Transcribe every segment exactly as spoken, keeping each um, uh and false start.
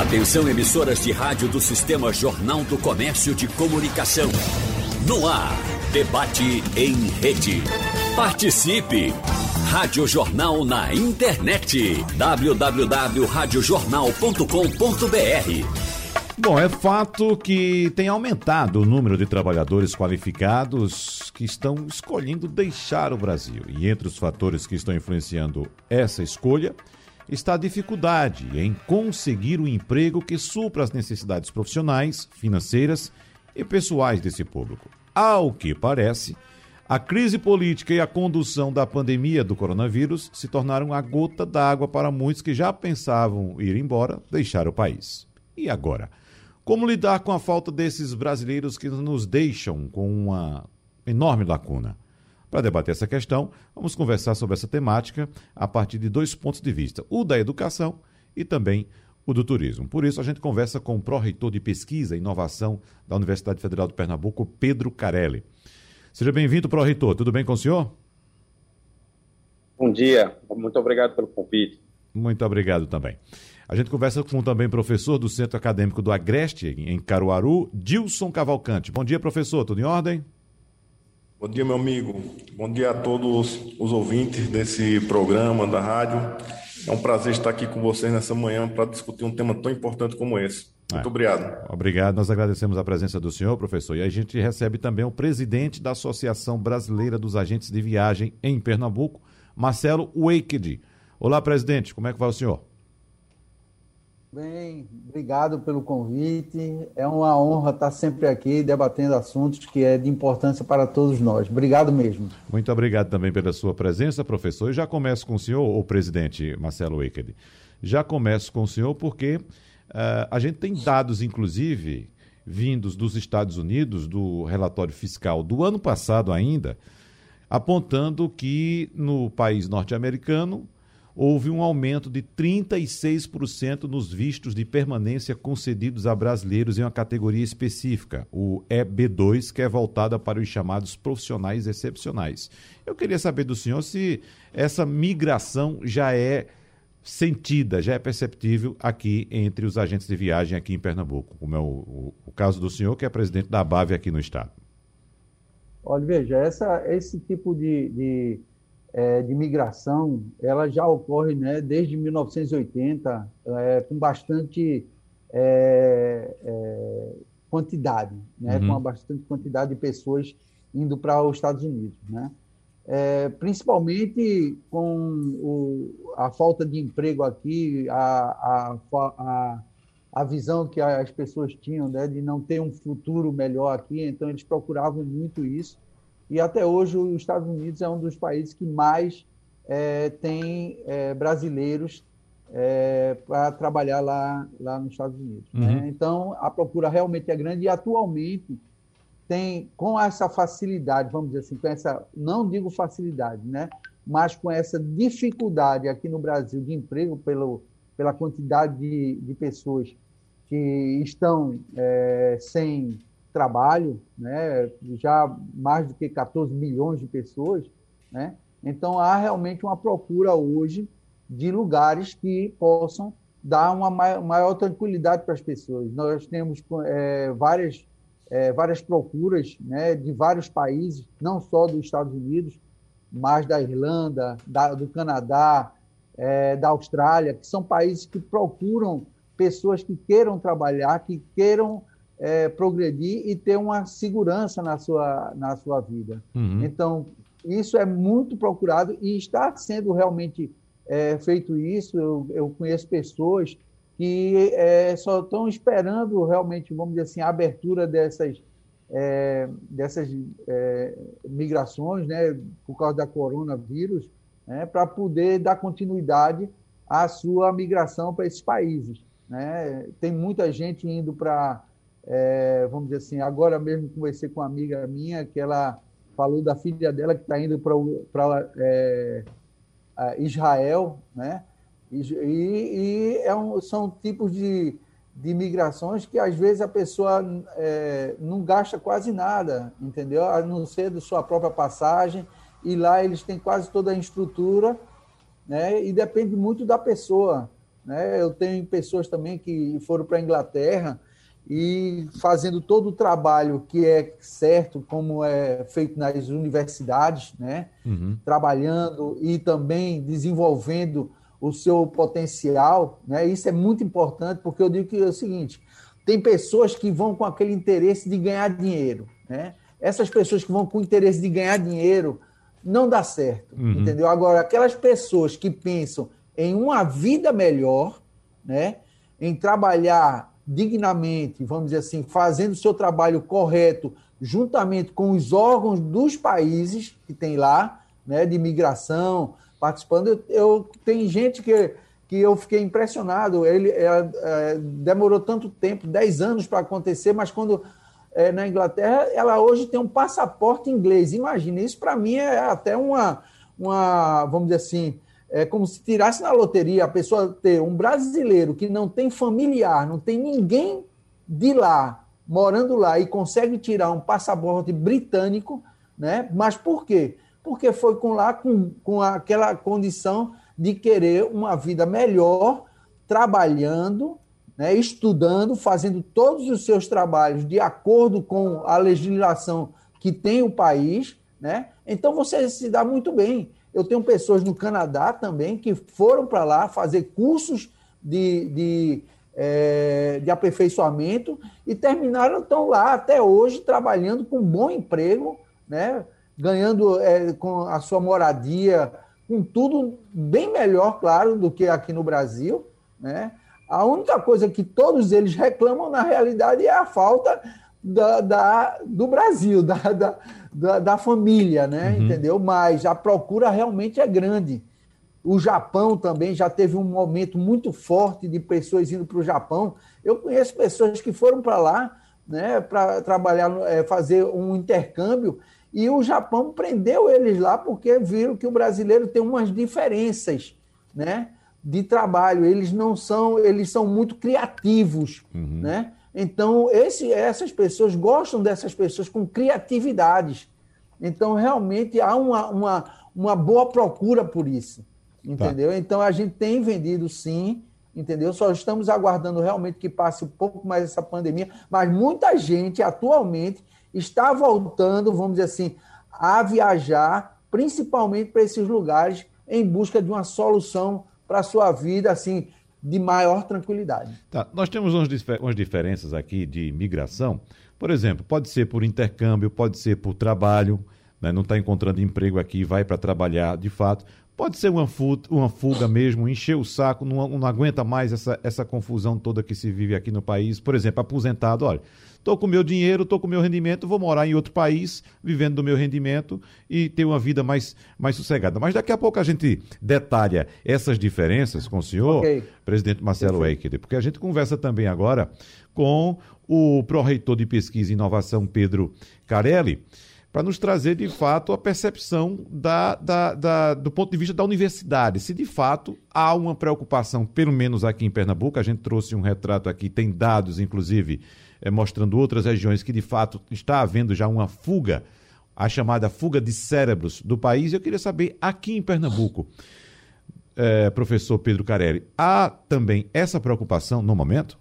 Atenção, emissoras de rádio do Sistema Jornal do Comércio de Comunicação. No ar, debate em rede. Participe! Rádio Jornal na internet. w w w ponto rádio jornal ponto com ponto b r. Bom, é fato que tem aumentado o número de trabalhadores qualificados que estão escolhendo deixar o Brasil. E entre os fatores que estão influenciando essa escolha está a dificuldade em conseguir um emprego que supra as necessidades profissionais, financeiras e pessoais desse público. Ao que parece, a crise política e a condução da pandemia do coronavírus se tornaram a gota d'água para muitos que já pensavam ir embora, deixar o país. E agora? Como lidar com a falta desses brasileiros que nos deixam com uma enorme lacuna? Para debater essa questão, vamos conversar sobre essa temática a partir de dois pontos de vista, o da educação e também o do turismo. Por isso, a gente conversa com o pró-reitor de Pesquisa e Inovação da Universidade Federal de Pernambuco, Pedro Carelli. Seja bem-vindo, pró-reitor. Tudo bem com o senhor? Bom dia. Muito obrigado pelo convite. Muito obrigado também. A gente conversa com também professor do Centro Acadêmico do Agreste, em Caruaru, Dilson Cavalcante. Bom dia, professor. Tudo em ordem? Bom dia, meu amigo. Bom dia a todos os ouvintes desse programa da rádio. É um prazer estar aqui com vocês nessa manhã para discutir um tema tão importante como esse. Muito é. obrigado. Obrigado. Nós agradecemos a presença do senhor, professor. E a gente recebe também o presidente da Associação Brasileira dos Agentes de Viagem em Pernambuco, Marcelo Waked. Olá, presidente. Como é que vai o senhor? Bem, obrigado pelo convite. É uma honra estar sempre aqui debatendo assuntos que é de importância para todos nós. Obrigado mesmo. Muito obrigado também pela sua presença, professor. E já começo com o senhor, o presidente Marcelo Waked. Já começo com o senhor porque uh, a gente tem dados, inclusive, vindos dos Estados Unidos, do relatório fiscal do ano passado ainda, apontando que no país norte-americano houve um aumento de trinta e seis por cento nos vistos de permanência concedidos a brasileiros em uma categoria específica, o E B dois, que é voltada para os chamados profissionais excepcionais. Eu queria saber do senhor se essa migração já é sentida, já é perceptível aqui entre os agentes de viagem aqui em Pernambuco, como é o, o, o caso do senhor, que é presidente da ABAV aqui no estado. Olha, veja, essa, esse tipo de... de... É, de migração, ela já ocorre, né, desde mil novecentos e oitenta, é, com bastante é, é, quantidade, né, uhum. com uma bastante quantidade de pessoas indo para os Estados Unidos, né? É, principalmente com o, a falta de emprego aqui, a, a, a, a visão que as pessoas tinham, né, de não ter um futuro melhor aqui, então eles procuravam muito isso. E até hoje os Estados Unidos é um dos países que mais é, tem é, brasileiros é, para trabalhar lá, lá nos Estados Unidos. Uhum. Né? Então, a procura realmente é grande e atualmente tem, com essa facilidade, vamos dizer assim, com essa, não digo facilidade, né? Mas com essa dificuldade aqui no Brasil de emprego pelo, pela quantidade de, de pessoas que estão é, sem trabalho, né? Já mais do que quatorze milhões de pessoas, né? Então há realmente uma procura hoje de lugares que possam dar uma maior tranquilidade para as pessoas. Nós temos é, várias, é, várias procuras, né, de vários países, não só dos Estados Unidos, mas da Irlanda, da, do Canadá, é, da Austrália, que são países que procuram pessoas que queiram trabalhar, que queiram É, progredir e ter uma segurança na sua, na sua vida. Uhum. Então, isso é muito procurado e está sendo realmente é, feito isso. Eu, eu conheço pessoas que é, só estão esperando realmente, vamos dizer assim, a abertura dessas, é, dessas é, migrações, né, por causa da coronavírus, né, para poder dar continuidade à sua migração para esses países. Né? Tem muita gente indo para É, vamos dizer assim, agora mesmo conversei com uma amiga minha que ela falou da filha dela que está indo para é, Israel, né? E, e é um, são tipos de, de migrações que às vezes a pessoa é, não gasta quase nada, entendeu? A não ser da sua própria passagem, e lá eles têm quase toda a estrutura, né? E depende muito da pessoa. né? Eu tenho pessoas também que foram para a Inglaterra e fazendo todo o trabalho que é certo, como é feito nas universidades, né? Uhum. Trabalhando e também desenvolvendo o seu potencial, né? Isso é muito importante, porque eu digo que é o seguinte, tem pessoas que vão com aquele interesse de ganhar dinheiro, né? Essas pessoas que vão com o interesse de ganhar dinheiro não dá certo, uhum. entendeu? Agora, aquelas pessoas que pensam em uma vida melhor, né? Em trabalhar dignamente, vamos dizer assim, fazendo o seu trabalho correto, juntamente com os órgãos dos países que tem lá, né, de imigração, participando. Eu, eu tem gente que, que eu fiquei impressionado, ele é, é, demorou tanto tempo, dez anos para acontecer, mas quando é, na Inglaterra, ela hoje tem um passaporte inglês. Imagina, isso para mim é até uma, uma, vamos dizer assim, é como se tirasse na loteria a pessoa ter um brasileiro que não tem familiar, não tem ninguém de lá, morando lá, e consegue tirar um passaporte britânico, né? Mas por quê? Porque foi com lá com, com aquela condição de querer uma vida melhor, trabalhando, né? Estudando, fazendo todos os seus trabalhos de acordo com a legislação que tem o país, né? Então você se dá muito bem. Eu tenho pessoas no Canadá também que foram para lá fazer cursos de, de, é, de aperfeiçoamento e terminaram, estão lá até hoje trabalhando com um bom emprego, né? Ganhando é, com a sua moradia, com tudo bem melhor, claro, do que aqui no Brasil, né? A única coisa que todos eles reclamam, na realidade, é a falta da, da, do Brasil, da, da, da, da família, né? Uhum. Entendeu? Mas a procura realmente é grande. O Japão também já teve um momento muito forte de pessoas indo para o Japão. Eu conheço pessoas que foram para lá, né, para trabalhar, é, fazer um intercâmbio, e o Japão prendeu eles lá porque viram que o brasileiro tem umas diferenças, né, de trabalho. Eles não são, eles são muito criativos, uhum. né? Então, esse, essas pessoas gostam dessas pessoas com criatividades. Então, realmente, há uma, uma, uma boa procura por isso, entendeu? Tá. Então, a gente tem vendido, sim, entendeu? Só estamos aguardando realmente que passe um pouco mais essa pandemia, mas muita gente, atualmente, está voltando, vamos dizer assim, a viajar, principalmente para esses lugares, em busca de uma solução para a sua vida, assim, de maior tranquilidade. Tá. Nós temos umas, umas diferenças aqui de migração. Por exemplo, pode ser por intercâmbio, pode ser por trabalho, né? Não está encontrando emprego aqui, vai para trabalhar de fato. Pode ser uma fuga, uma fuga mesmo, encher o saco, não, não aguenta mais essa, essa confusão toda que se vive aqui no país. Por exemplo, aposentado, olha, estou com o meu dinheiro, estou com o meu rendimento, vou morar em outro país, vivendo do meu rendimento e ter uma vida mais, mais sossegada. Mas daqui a pouco a gente detalha essas diferenças com o senhor, okay. Presidente Marcelo Eichler, porque a gente conversa também agora com o pró-reitor de Pesquisa e Inovação, Pedro Carelli, para nos trazer, de fato, a percepção da, da, da, do ponto de vista da universidade. Se, de fato, há uma preocupação, pelo menos aqui em Pernambuco, a gente trouxe um retrato aqui, tem dados, inclusive, é, mostrando outras regiões que, de fato, está havendo já uma fuga, a chamada fuga de cérebros do país. Eu queria saber, aqui em Pernambuco, é, professor Pedro Carelli, há também essa preocupação no momento?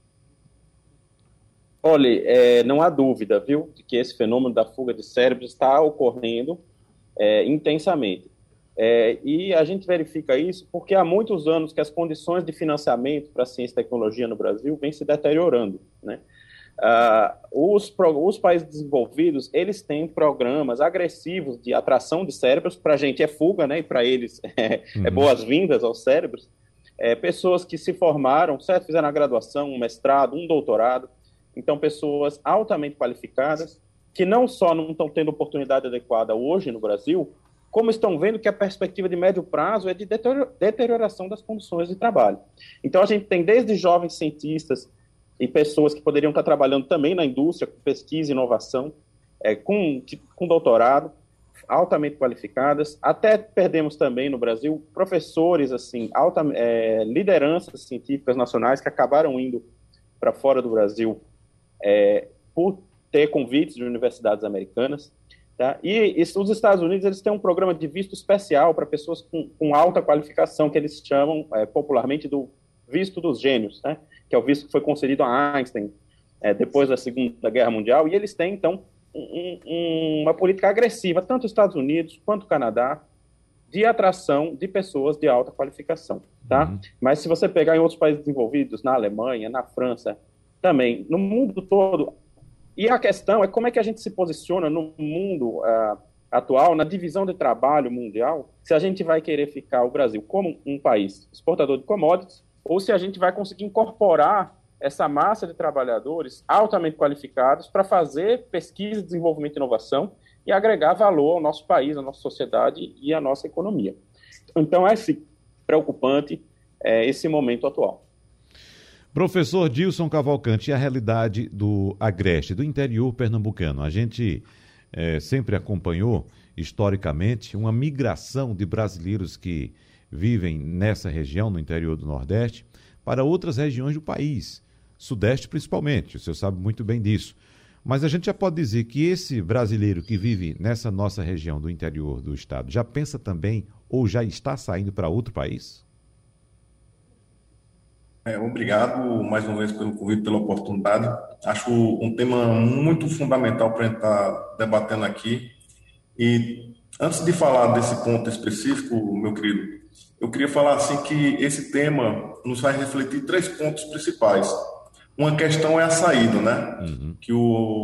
Olha, é, não há dúvida, viu, de que esse fenômeno da fuga de cérebros está ocorrendo é, intensamente. É, e a gente verifica isso porque há muitos anos que as condições de financiamento para a ciência e tecnologia no Brasil vêm se deteriorando, né? Ah, os, os países desenvolvidos, eles têm programas agressivos de atração de cérebros. Para a gente é fuga, né? E para eles é, uhum. é boas-vindas aos cérebros. É, pessoas que se formaram, certo? Fizeram a graduação, um mestrado, um doutorado. Então, pessoas altamente qualificadas, que não só não estão tendo oportunidade adequada hoje no Brasil, como estão vendo que a perspectiva de médio prazo é de deterioração das condições de trabalho. Então, a gente tem desde jovens cientistas e pessoas que poderiam estar trabalhando também na indústria, com pesquisa e inovação, é, com, com doutorado, altamente qualificadas. Até perdemos também no Brasil professores, assim, alta, é, lideranças científicas nacionais que acabaram indo para fora do Brasil, É, por ter convites de universidades americanas, tá? E, e os Estados Unidos, eles têm um programa de visto especial para pessoas com, com alta qualificação, que eles chamam é, popularmente do visto dos gênios, né? Que é o visto que foi concedido a Einstein é, depois da Segunda Guerra Mundial, e eles têm, então, um, um, uma política agressiva, tanto os Estados Unidos quanto o Canadá, de atração de pessoas de alta qualificação, tá? Uhum. Mas se você pegar em outros países desenvolvidos, na Alemanha, na França, também, no mundo todo, e a questão é como é que a gente se posiciona no mundo uh, atual, na divisão de trabalho mundial, se a gente vai querer ficar o Brasil como um país exportador de commodities, ou se a gente vai conseguir incorporar essa massa de trabalhadores altamente qualificados para fazer pesquisa, desenvolvimento e inovação e agregar valor ao nosso país, à nossa sociedade e à nossa economia. Então, é sim, preocupante é, esse momento atual. Professor Dilson Cavalcante, e a realidade do Agreste, do interior pernambucano? A gente é, sempre acompanhou, historicamente, uma migração de brasileiros que vivem nessa região, no interior do Nordeste, para outras regiões do país, Sudeste principalmente, o senhor sabe muito bem disso. Mas a gente já pode dizer que esse brasileiro que vive nessa nossa região do interior do estado já pensa também ou já está saindo para outro país? É, obrigado mais uma vez pelo convite, pela oportunidade. Acho um tema muito fundamental para a gente estar debatendo aqui. E antes de falar desse ponto específico, meu querido, eu queria falar assim que esse tema nos faz refletir três pontos principais. Uma questão é a saída, né? Uhum. Que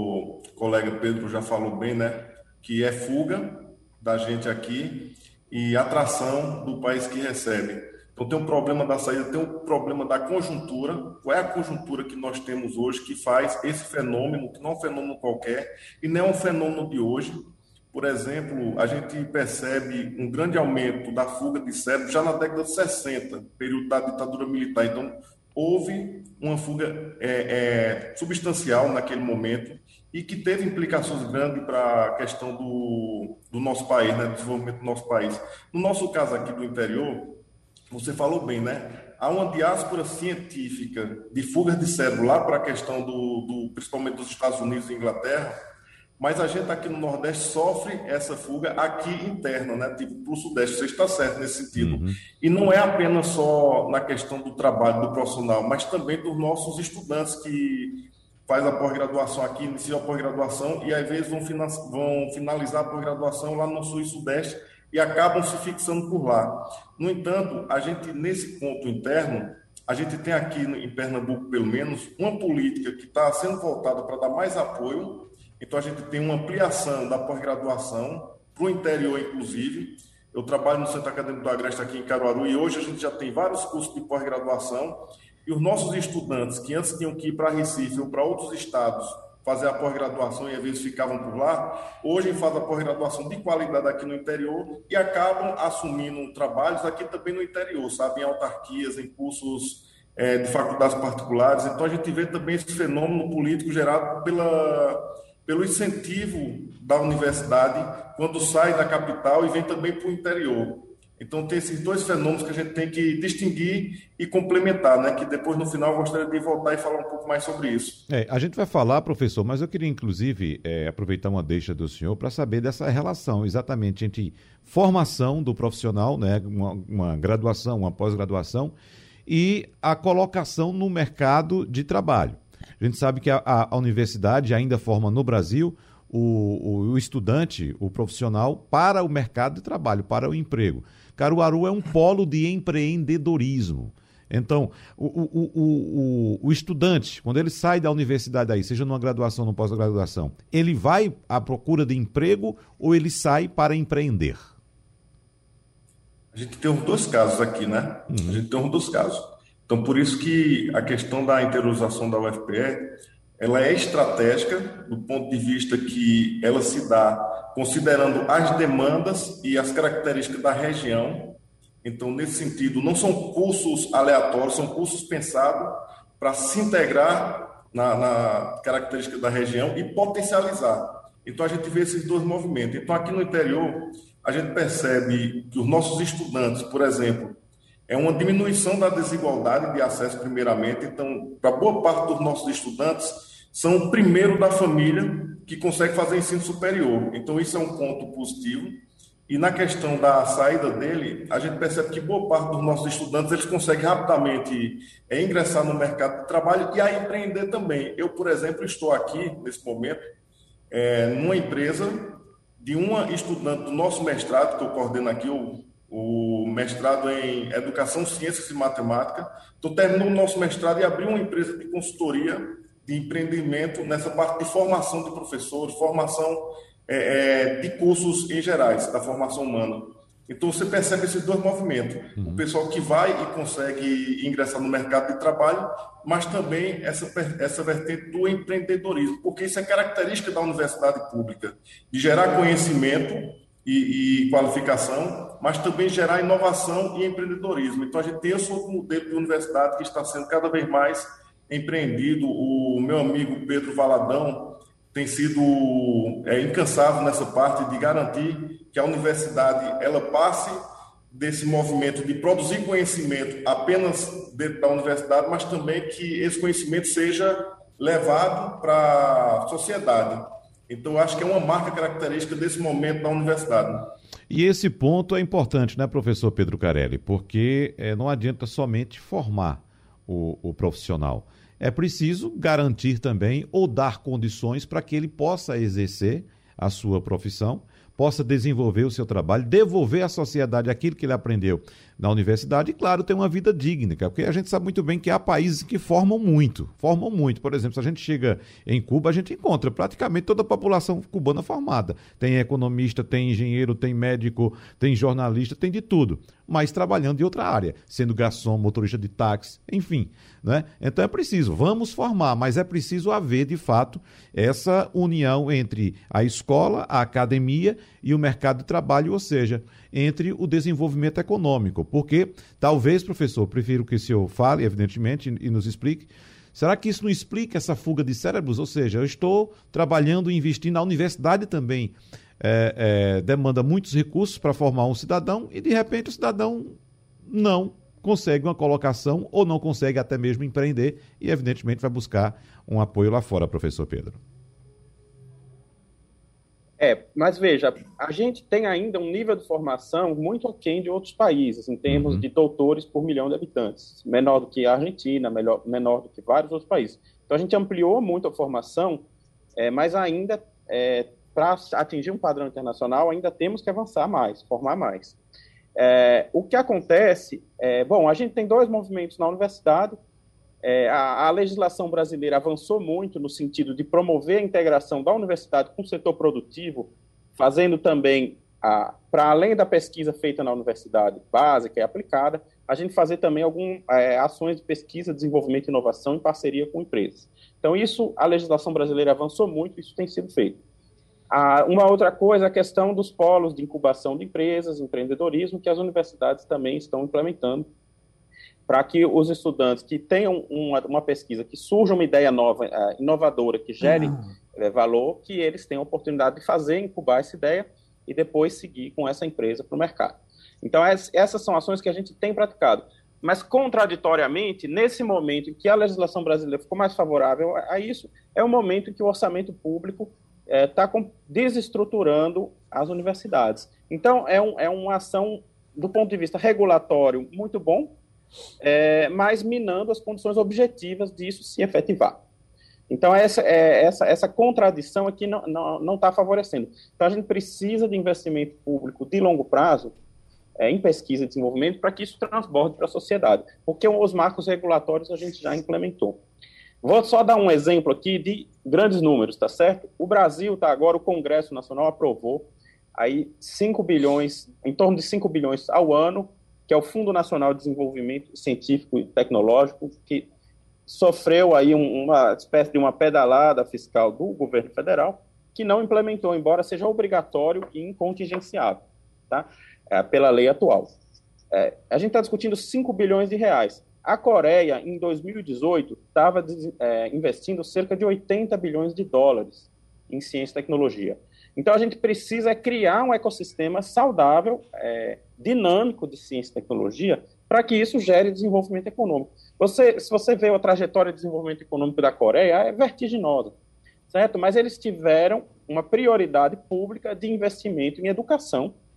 o colega Pedro já falou bem, né? Que é fuga da gente aqui e atração do país que recebe. Então tem um problema da saída, tem um problema da conjuntura. Qual é a conjuntura que nós temos hoje que faz esse fenômeno, que não é um fenômeno qualquer, e não é um fenômeno de hoje. Por exemplo, a gente percebe um grande aumento da fuga de cérebros já na década de sessenta, período da ditadura militar. Então, houve uma fuga é, é, substancial naquele momento e que teve implicações grandes para a questão do, do nosso país, né, do desenvolvimento do nosso país. No nosso caso aqui do interior, você falou bem, né? Há uma diáspora científica de fugas de cérebro lá para a questão do, do, principalmente dos Estados Unidos e Inglaterra, mas a gente aqui no Nordeste sofre essa fuga aqui interna, né? Tipo, para o Sudeste, você está certo nesse sentido. Uhum. E não é apenas só na questão do trabalho do profissional, mas também dos nossos estudantes que fazem a pós-graduação aqui, iniciam a pós-graduação e às vezes vão, vão finalizar a pós-graduação lá no Sul e Sudeste e acabam se fixando por lá. No entanto, a gente, nesse ponto interno, a gente tem aqui em Pernambuco, pelo menos, uma política que está sendo voltada para dar mais apoio. Então, a gente tem uma ampliação da pós-graduação para o interior, inclusive. Eu trabalho no Centro Acadêmico do Agreste aqui em Caruaru e hoje a gente já tem vários cursos de pós-graduação e os nossos estudantes que antes tinham que ir para Recife ou para outros estados fazer a pós-graduação e às vezes ficavam por lá, hoje fazem a pós-graduação de qualidade aqui no interior e acabam assumindo trabalhos aqui também no interior, sabe, em autarquias, em cursos é, de faculdades particulares. Então, a gente vê também esse fenômeno político gerado pela... pelo incentivo da universidade quando sai da capital e vem também para o interior. Então, tem esses dois fenômenos que a gente tem que distinguir e complementar, né? Que depois, no final, eu gostaria de voltar e falar um pouco mais sobre isso. É, a gente vai falar, professor, mas eu queria, inclusive, é, aproveitar uma deixa do senhor para saber dessa relação, exatamente, entre formação do profissional, né? Uma, uma graduação, uma pós-graduação, e a colocação no mercado de trabalho. A gente sabe que a, a, a universidade ainda forma no Brasil o, o, o estudante, o profissional, para o mercado de trabalho, para o emprego. Caruaru é um polo de empreendedorismo. Então, o, o, o, o, o estudante, quando ele sai da universidade aí, seja numa graduação ou numa pós-graduação, ele vai à procura de emprego ou ele sai para empreender? A gente tem uns dois casos aqui, né? Uhum. A gente tem uns dois casos. Então, por isso que a questão da interiorização da U F P E, ela é estratégica do ponto de vista que ela se dá considerando as demandas e as características da região. Então, nesse sentido, não são cursos aleatórios, são cursos pensados para se integrar na, na característica da região e potencializar. Então, a gente vê esses dois movimentos. Então, aqui no interior, a gente percebe que os nossos estudantes, por exemplo, é uma diminuição da desigualdade de acesso, primeiramente. Então, para boa parte dos nossos estudantes, são o primeiro da família que consegue fazer ensino superior. Então, isso é um ponto positivo. E na questão da saída dele, a gente percebe que boa parte dos nossos estudantes, eles conseguem rapidamente é, ingressar no mercado de trabalho e a empreender também. Eu, por exemplo, estou aqui, nesse momento, é, numa empresa de uma estudante do nosso mestrado, que eu coordeno aqui, o, o mestrado em Educação, Ciências e Matemática. Estou terminando o nosso mestrado e abri uma empresa de consultoria de empreendimento nessa parte de formação de professores, formação é, de cursos em gerais, da formação humana. Então, você percebe esses dois movimentos. Uhum. O pessoal que vai e consegue ingressar no mercado de trabalho, mas também essa, essa vertente do empreendedorismo, porque isso é característica da universidade pública, de gerar conhecimento e, e qualificação, mas também gerar inovação e empreendedorismo. Então, a gente tem esse outro modelo de universidade que está sendo cada vez mais empreendido. O meu amigo Pedro Valadão tem sido é, incansável nessa parte de garantir que a universidade ela passe desse movimento de produzir conhecimento apenas dentro da universidade, mas também que esse conhecimento seja levado para a sociedade. Então, eu acho que é uma marca característica desse momento da universidade. E esse ponto é importante, né, professor Pedro Carelli? Porque é, não adianta somente formar o, o profissional. É preciso garantir também ou dar condições para que ele possa exercer a sua profissão, possa desenvolver o seu trabalho, devolver à sociedade aquilo que ele aprendeu na universidade e, claro, ter uma vida digna, porque a gente sabe muito bem que há países que formam muito, formam muito. Por exemplo, se a gente chega em Cuba, a gente encontra praticamente toda a população cubana formada. Tem economista, tem engenheiro, tem médico, tem jornalista, tem de tudo, mas trabalhando em outra área, sendo garçom, motorista de táxi, enfim, né? Então é preciso, vamos formar, mas é preciso haver, de fato, essa união entre a escola, a academia e o mercado de trabalho, ou seja, entre o desenvolvimento econômico. Porque, talvez, professor, prefiro que o senhor fale, evidentemente, e nos explique, será que isso não explica essa fuga de cérebros? Ou seja, eu estou trabalhando e investindo, a universidade também é, é, demanda muitos recursos para formar um cidadão e, de repente, o cidadão não consegue uma colocação ou não consegue até mesmo empreender e, evidentemente, vai buscar um apoio lá fora, professor Pedro. É, mas veja, a gente tem ainda um nível de formação muito aquém de outros países, em termos uhum. de doutores por milhão de habitantes, menor do que a Argentina, melhor, menor do que vários outros países. Então, a gente ampliou muito a formação, é, mas ainda, é, para atingir um padrão internacional, ainda temos que avançar mais, formar mais. É, o que acontece, é, bom, a gente tem dois movimentos na universidade. É, a, a legislação brasileira avançou muito no sentido de promover a integração da universidade com o setor produtivo, fazendo também, para além da pesquisa feita na universidade básica e aplicada, a gente fazer também algumas é, ações de pesquisa, desenvolvimento e inovação em parceria com empresas. Então, isso, a legislação brasileira avançou muito, isso tem sido feito. Ah, uma outra coisa, a questão dos polos de incubação de empresas, empreendedorismo, que as universidades também estão implementando, para que os estudantes que tenham uma, uma pesquisa, que surja uma ideia nova, uh, inovadora, que gere uhum. uh, valor, que eles tenham a oportunidade de fazer, incubar essa ideia e depois seguir com essa empresa para o mercado. Então, es, essas são ações que a gente tem praticado. Mas, contraditoriamente, nesse momento em que a legislação brasileira ficou mais favorável a, a isso, é o momento em que o orçamento público está uh, desestruturando as universidades. Então, é, um, é uma ação, do ponto de vista regulatório, muito bom, É, mas minando as condições objetivas disso se efetivar. Então, essa, é, essa, essa contradição aqui não está não, não favorecendo. Então, a gente precisa de investimento público de longo prazo é, em pesquisa e desenvolvimento para que isso transborde para a sociedade, porque os marcos regulatórios a gente já implementou. Vou só dar um exemplo aqui de grandes números, tá certo? O Brasil, tá agora, o Congresso Nacional aprovou aí cinco bilhões, em torno de cinco bilhões ao ano, que é o Fundo Nacional de Desenvolvimento Científico e Tecnológico, que sofreu aí um, uma espécie de uma pedalada fiscal do governo federal, que não implementou, embora seja obrigatório e incontingenciável, tá? É, pela lei atual. É, a gente está discutindo cinco bilhões de reais. A Coreia, em dois mil e dezoito, estava é, investindo cerca de oitenta bilhões de dólares em ciência e tecnologia. Então, a gente precisa criar um ecossistema saudável, é, dinâmico de ciência e tecnologia, para que isso gere desenvolvimento econômico. Você, se você vê a trajetória de desenvolvimento econômico da Coreia, é vertiginosa, certo? Mas eles tiveram uma prioridade pública de investimento em educação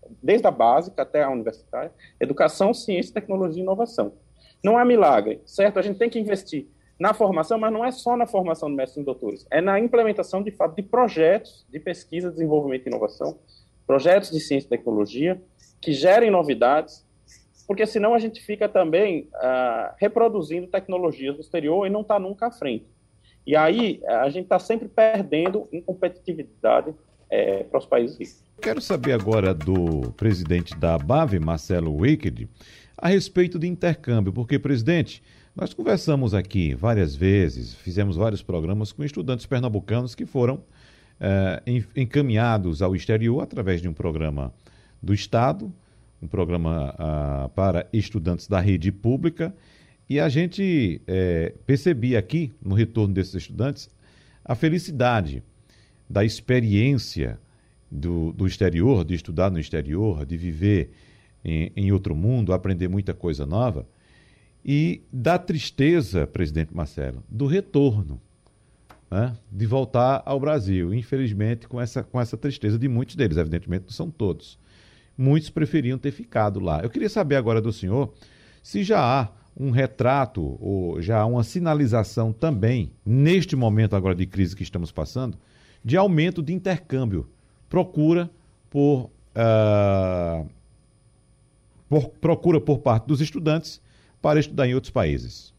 desde a básica até a universitária, educação, ciência, tecnologia e inovação. Não há milagre, certo? A gente tem que investir na formação, mas não é só na formação de mestres e doutores, é na implementação, de fato, de projetos de pesquisa, desenvolvimento e inovação, projetos de ciência e tecnologia, que gerem novidades, porque senão a gente fica também uh, reproduzindo tecnologias do exterior e não está nunca à frente. E aí a gente está sempre perdendo em competitividade é, para os países ricos. Quero saber agora do presidente da ABAVE, Marcelo Wicked, a respeito de intercâmbio, porque, presidente, nós conversamos aqui várias vezes, fizemos vários programas com estudantes pernambucanos que foram é, encaminhados ao exterior através de um programa do Estado, um programa ah, para estudantes da rede pública, e a gente é, percebia aqui, no retorno desses estudantes, a felicidade da experiência do, do exterior, de estudar no exterior, de viver em, em outro mundo, aprender muita coisa nova, e da tristeza, presidente Marcelo, do retorno, né, de voltar ao Brasil, infelizmente com essa, com essa tristeza de muitos deles, evidentemente não são todos. Muitos preferiam ter ficado lá. Eu queria saber agora do senhor se já há um retrato ou já há uma sinalização também, neste momento agora de crise que estamos passando, de aumento de intercâmbio, procura por, uh, por, procura por parte dos estudantes para estudar em outros países.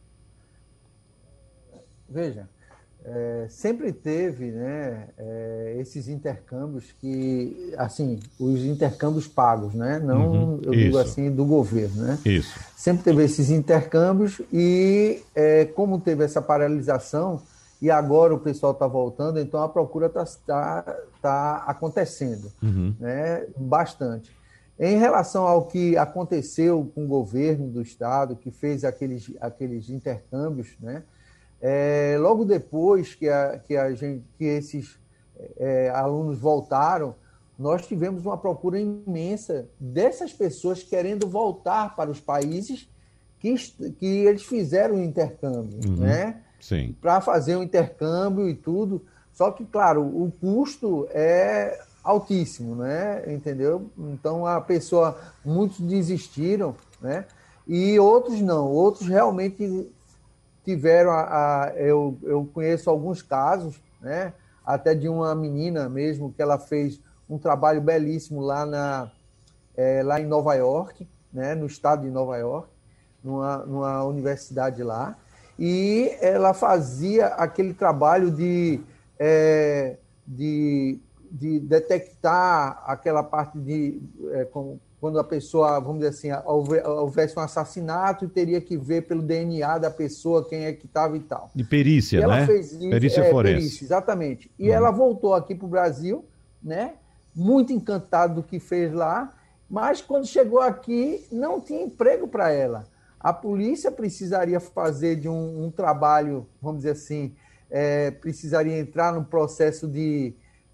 Veja, é, sempre teve, né, é, esses intercâmbios que, assim, os intercâmbios pagos, né, não, uhum, eu digo assim, do governo, né? Isso. Sempre teve esses intercâmbios e, é, como teve essa paralisação e agora o pessoal está voltando, então a procura está tá, tá acontecendo, uhum, né, bastante. Em relação ao que aconteceu com o governo do Estado, que fez aqueles, aqueles intercâmbios, né, É, logo depois que, a, que, a gente, que esses é, alunos voltaram, nós tivemos uma procura imensa dessas pessoas querendo voltar para os países que, que eles fizeram o intercâmbio, uhum, né? Sim. Para fazer o intercâmbio e tudo. Só que, claro, o custo é altíssimo, né? Entendeu? Então, a pessoa, muitos desistiram, né? E outros não, outros realmente tiveram, a, a, eu, eu conheço alguns casos, né, até de uma menina mesmo, que ela fez um trabalho belíssimo lá, na, é, lá em Nova York, né, no estado de Nova York, numa, numa universidade lá, e ela fazia aquele trabalho de, é, de, de detectar aquela parte de... É, com, quando a pessoa, vamos dizer assim, houvesse um assassinato e teria que ver pelo D N A da pessoa quem é que estava e tal. De perícia, e ela né? Fez isso, perícia é, forense. Perícia, exatamente. E uhum, ela voltou aqui para o Brasil, né? Muito encantada do que fez lá, mas quando chegou aqui não tinha emprego para ela. A polícia precisaria fazer de um, um trabalho, vamos dizer assim, é, precisaria entrar no processo de...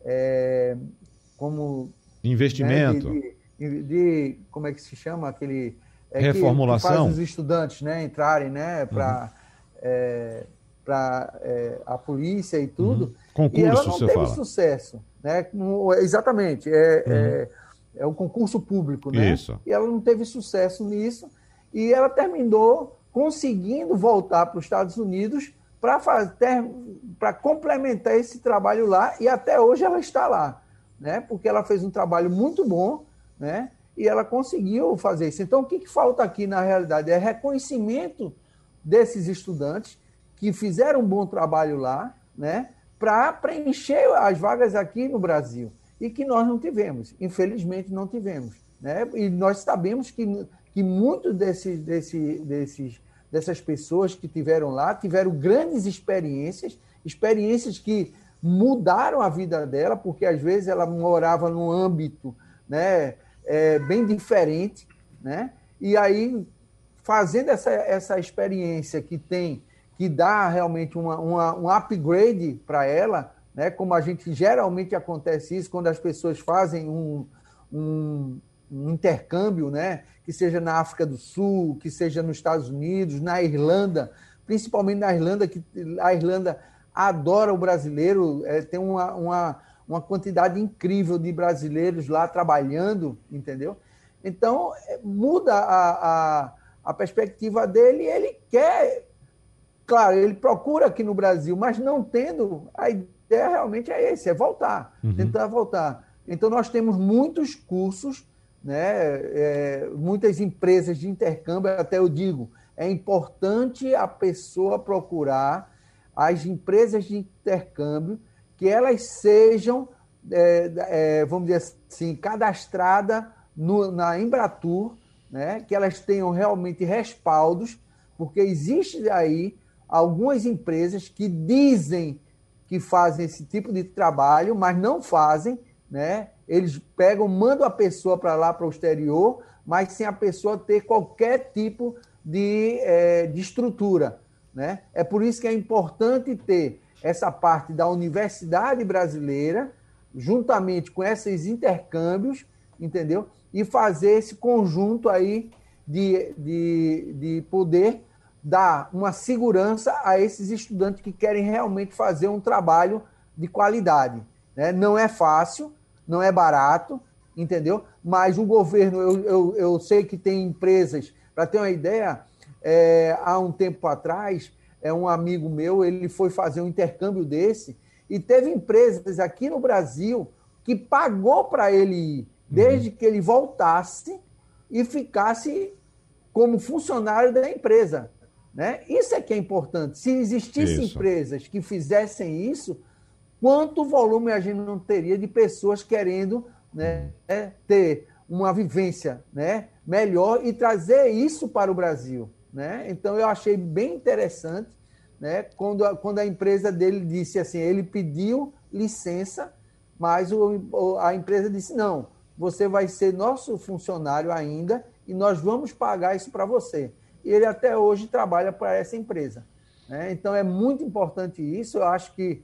É, como investimento. Né, de, de, De, como é que se chama aquele é, reformulação, que, que faz os estudantes, né, entrarem, né, para uhum, é, para é, a polícia e tudo. Uhum. Concurso, e ela não teve fala. sucesso, né? Exatamente, é, uhum, é, é um concurso público, né? Isso. E ela não teve sucesso nisso e ela terminou conseguindo voltar para os Estados Unidos para fazer, para complementar esse trabalho lá, e até hoje ela está lá, né? Porque ela fez um trabalho muito bom, né? E ela conseguiu fazer isso. Então, o que, que falta aqui, na realidade, é reconhecimento desses estudantes que fizeram um bom trabalho lá, né? Para preencher as vagas aqui no Brasil, e que nós não tivemos, infelizmente não tivemos, né? E nós sabemos que, que muitos desses, desses, desses, dessas pessoas que tiveram lá tiveram grandes experiências, experiências que mudaram a vida dela, porque às vezes ela morava num âmbito, né, é, bem diferente, né? E aí, fazendo essa, essa experiência que tem, que dá realmente uma, uma, um upgrade para ela, né? Como a gente geralmente acontece isso quando as pessoas fazem um, um, um intercâmbio, né? Que seja na África do Sul, que seja nos Estados Unidos, na Irlanda, principalmente na Irlanda, que a Irlanda adora o brasileiro, é, tem uma, uma, uma quantidade incrível de brasileiros lá trabalhando, entendeu? Então, muda a, a, a perspectiva dele e ele quer, claro, ele procura aqui no Brasil, mas não tendo, a ideia realmente é esse, é voltar, uhum. tentar voltar. Então, nós temos muitos cursos, né, é, muitas empresas de intercâmbio, até eu digo, é importante a pessoa procurar as empresas de intercâmbio que elas sejam, é, é, vamos dizer assim, cadastradas no, na Embratur, né, que elas tenham realmente respaldos, porque existe aí algumas empresas que dizem que fazem esse tipo de trabalho, mas não fazem, né? Eles pegam, mandam a pessoa para lá, para o exterior, mas sem a pessoa ter qualquer tipo de, é, de estrutura, né? É por isso que é importante ter essa parte da universidade brasileira, juntamente com esses intercâmbios, entendeu? E fazer esse conjunto aí de, de, de poder dar uma segurança a esses estudantes que querem realmente fazer um trabalho de qualidade, né? Não é fácil, não é barato, entendeu? Mas o governo, eu, eu, eu sei que tem empresas, para ter uma ideia, é, há um tempo atrás, é um amigo meu, ele foi fazer um intercâmbio desse e teve empresas aqui no Brasil que pagou para ele ir, desde que ele voltasse e ficasse como funcionário da empresa, né? Isso é que é importante. Se existissem isso. empresas que fizessem isso, quanto volume a gente não teria de pessoas querendo, né, ter uma vivência, né, melhor e trazer isso para o Brasil, né? Então, eu achei bem interessante, né, quando, a, quando a empresa dele disse assim, ele pediu licença, mas o, a empresa disse, não, você vai ser nosso funcionário ainda e nós vamos pagar isso para você. E ele até hoje trabalha para essa empresa, né? Então, é muito importante isso. Eu acho que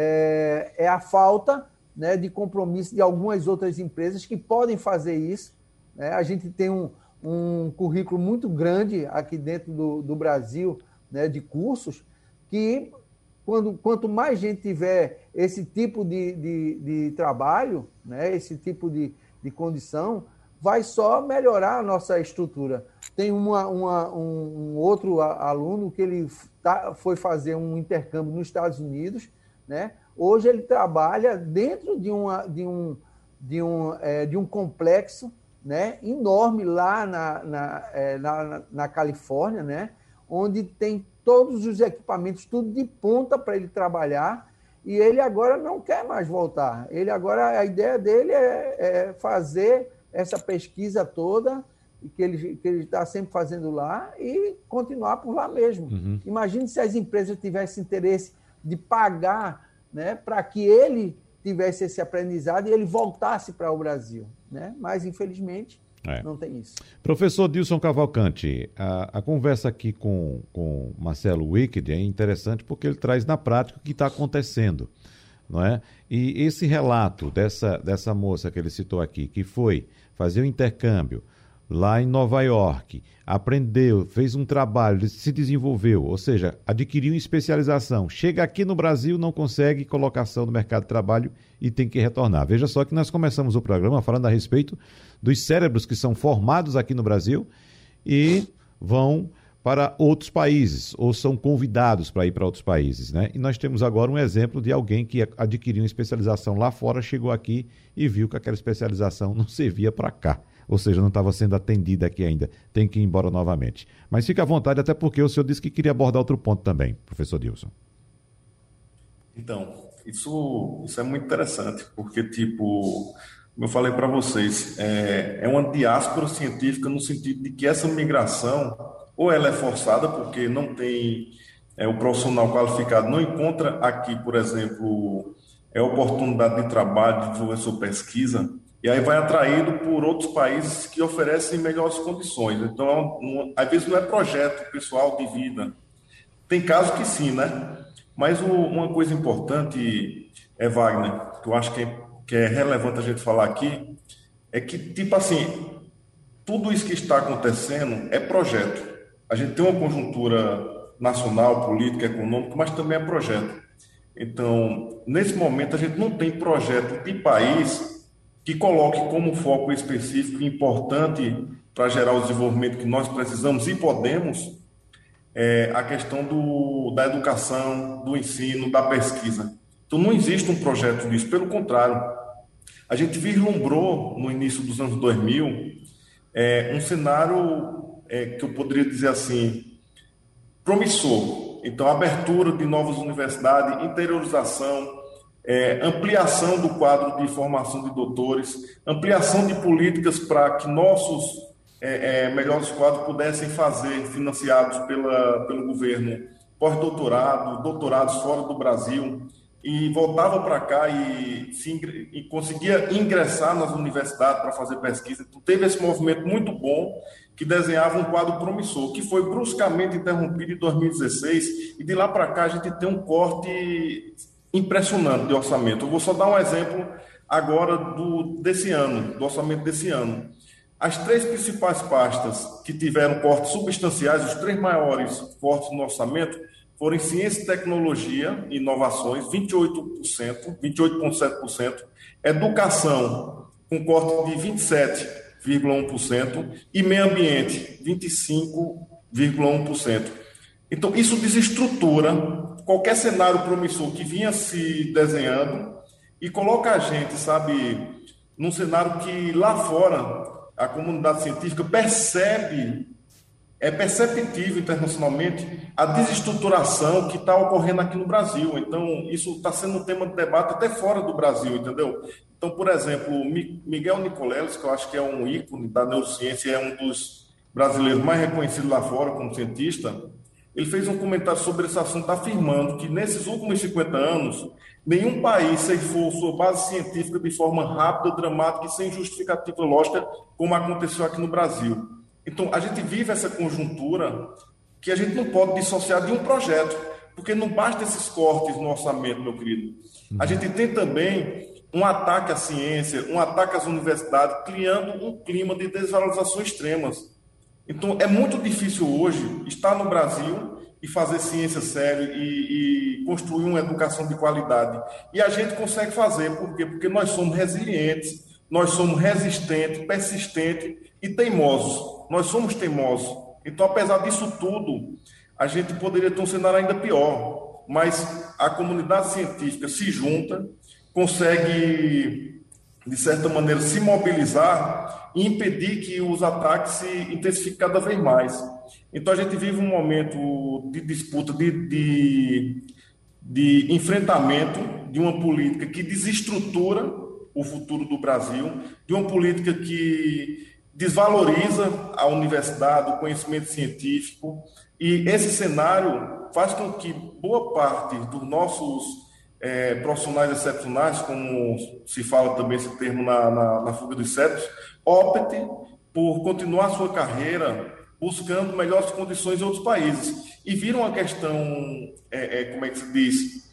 é, é a falta, né, de compromisso de algumas outras empresas que podem fazer isso, né? A gente tem um, um currículo muito grande aqui dentro do, do Brasil, né, de cursos, que quando, quanto mais gente tiver esse tipo de, de, de trabalho, né, esse tipo de, de condição, vai só melhorar a nossa estrutura. Tem uma, uma, um, um outro aluno que ele tá, foi fazer um intercâmbio nos Estados Unidos, né? Hoje ele trabalha dentro de, uma, de, um, de, um, é, de um complexo, né, enorme lá na, na, é, na, na Califórnia, né, onde tem todos os equipamentos, tudo de ponta para ele trabalhar, e ele agora não quer mais voltar. Ele agora, a ideia dele é, é fazer essa pesquisa toda que ele que ele está sempre fazendo lá e continuar por lá mesmo. Uhum. Imagine se as empresas tivessem interesse de pagar, né, para que ele tivesse esse aprendizado e ele voltasse para o Brasil, né? Mas, infelizmente, é. não tem isso. Professor Dilson Cavalcante, a, a conversa aqui com, com Marcelo Wicked é interessante porque ele traz na prática o que está acontecendo, não é? E esse relato dessa, dessa moça que ele citou aqui, que foi fazer um intercâmbio lá em Nova York, aprendeu, fez um trabalho, se desenvolveu, ou seja, adquiriu especialização, chega aqui no Brasil, não consegue colocação no mercado de trabalho e tem que retornar. Veja só que nós começamos o programa falando a respeito dos cérebros que são formados aqui no Brasil e vão para outros países, ou são convidados para ir para outros países, né? E nós temos agora um exemplo de alguém que adquiriu uma especialização lá fora, chegou aqui e viu que aquela especialização não servia para cá. Ou seja, não estava sendo atendida aqui ainda, tem que ir embora novamente. Mas fique à vontade, até porque o senhor disse que queria abordar outro ponto também, professor Dilson. Então, isso, isso é muito interessante, porque, tipo, como eu falei para vocês, é, é uma diáspora científica no sentido de que essa migração, ou ela é forçada, porque não tem é, o profissional qualificado, não encontra aqui, por exemplo, é, oportunidade de trabalho, de desenvolver sua pesquisa, e aí vai atraído por outros países que oferecem melhores condições. Então, um, às vezes não é projeto pessoal de vida. Tem casos que sim, né? Mas o, uma coisa importante, é, Wagner, que eu acho que é, que é relevante a gente falar aqui, é que, tipo assim, tudo isso que está acontecendo é projeto. A gente tem uma conjuntura nacional, política, econômica, mas também é projeto. Então, nesse momento, a gente não tem projeto de país que coloque como foco específico e importante para gerar o desenvolvimento que nós precisamos e podemos, é, a questão do, da educação, do ensino, da pesquisa. Então, não existe um projeto disso, pelo contrário. A gente vislumbrou, no início dos anos dois mil, é, um cenário é, que eu poderia dizer assim, promissor. Então, abertura de novas universidades, interiorização, é, ampliação do quadro de formação de doutores, ampliação de políticas para que nossos é, é, melhores quadros pudessem fazer, financiados pela, pelo governo, pós-doutorado, doutorados fora do Brasil, e voltava para cá e, se, e conseguia ingressar nas universidades para fazer pesquisa. Então, teve esse movimento muito bom que desenhava um quadro promissor, que foi bruscamente interrompido em dois mil e dezesseis, e de lá para cá a gente tem um corte impressionante de orçamento. Eu vou só dar um exemplo agora do, desse ano, do orçamento desse ano. As três principais pastas que tiveram cortes substanciais, os três maiores cortes no orçamento, foram em ciência e tecnologia e inovações, vinte e oito por cento, vinte e oito vírgula sete por cento, educação, com corte de vinte e sete vírgula um por cento, e meio ambiente, vinte e cinco vírgula um por cento. Então, isso desestrutura qualquer cenário promissor que vinha se desenhando e coloca a gente, sabe, num cenário que lá fora a comunidade científica percebe, é perceptível internacionalmente a desestruturação que está ocorrendo aqui no Brasil. Então, isso está sendo um tema de debate até fora do Brasil, entendeu? Então, por exemplo, Miguel Nicoleles, que eu acho que é um ícone da neurociência, é um dos brasileiros mais reconhecidos lá fora como cientista, ele fez um comentário sobre esse assunto, afirmando que nesses últimos cinquenta anos, nenhum país ceifou sua base científica de forma rápida, dramática e sem justificativa lógica, como aconteceu aqui no Brasil. Então, a gente vive essa conjuntura que a gente não pode dissociar de um projeto, porque não basta esses cortes no orçamento, meu querido. A gente tem também um ataque à ciência, um ataque às universidades, criando um clima de desvalorização extremas. Então, é muito difícil hoje estar no Brasil e fazer ciência séria e, e construir uma educação de qualidade. E a gente consegue fazer, por quê? Porque nós somos resilientes, nós somos resistentes, persistentes e teimosos. Nós somos teimosos. Então, apesar disso tudo, a gente poderia ter um cenário ainda pior, mas a comunidade científica se junta, consegue, de certa maneira, se mobilizar e impedir que os ataques se intensifiquem cada vez mais. Então, a gente vive um momento de disputa, de, de, de enfrentamento de uma política que desestrutura o futuro do Brasil, de uma política que desvaloriza a universidade, o conhecimento científico, e esse cenário faz com que boa parte dos nossos é, profissionais excepcionais, como se fala também esse termo na, na, na fuga dos cérebros, opte por continuar sua carreira buscando melhores condições em outros países. E vira uma questão, é, é, como é que se diz,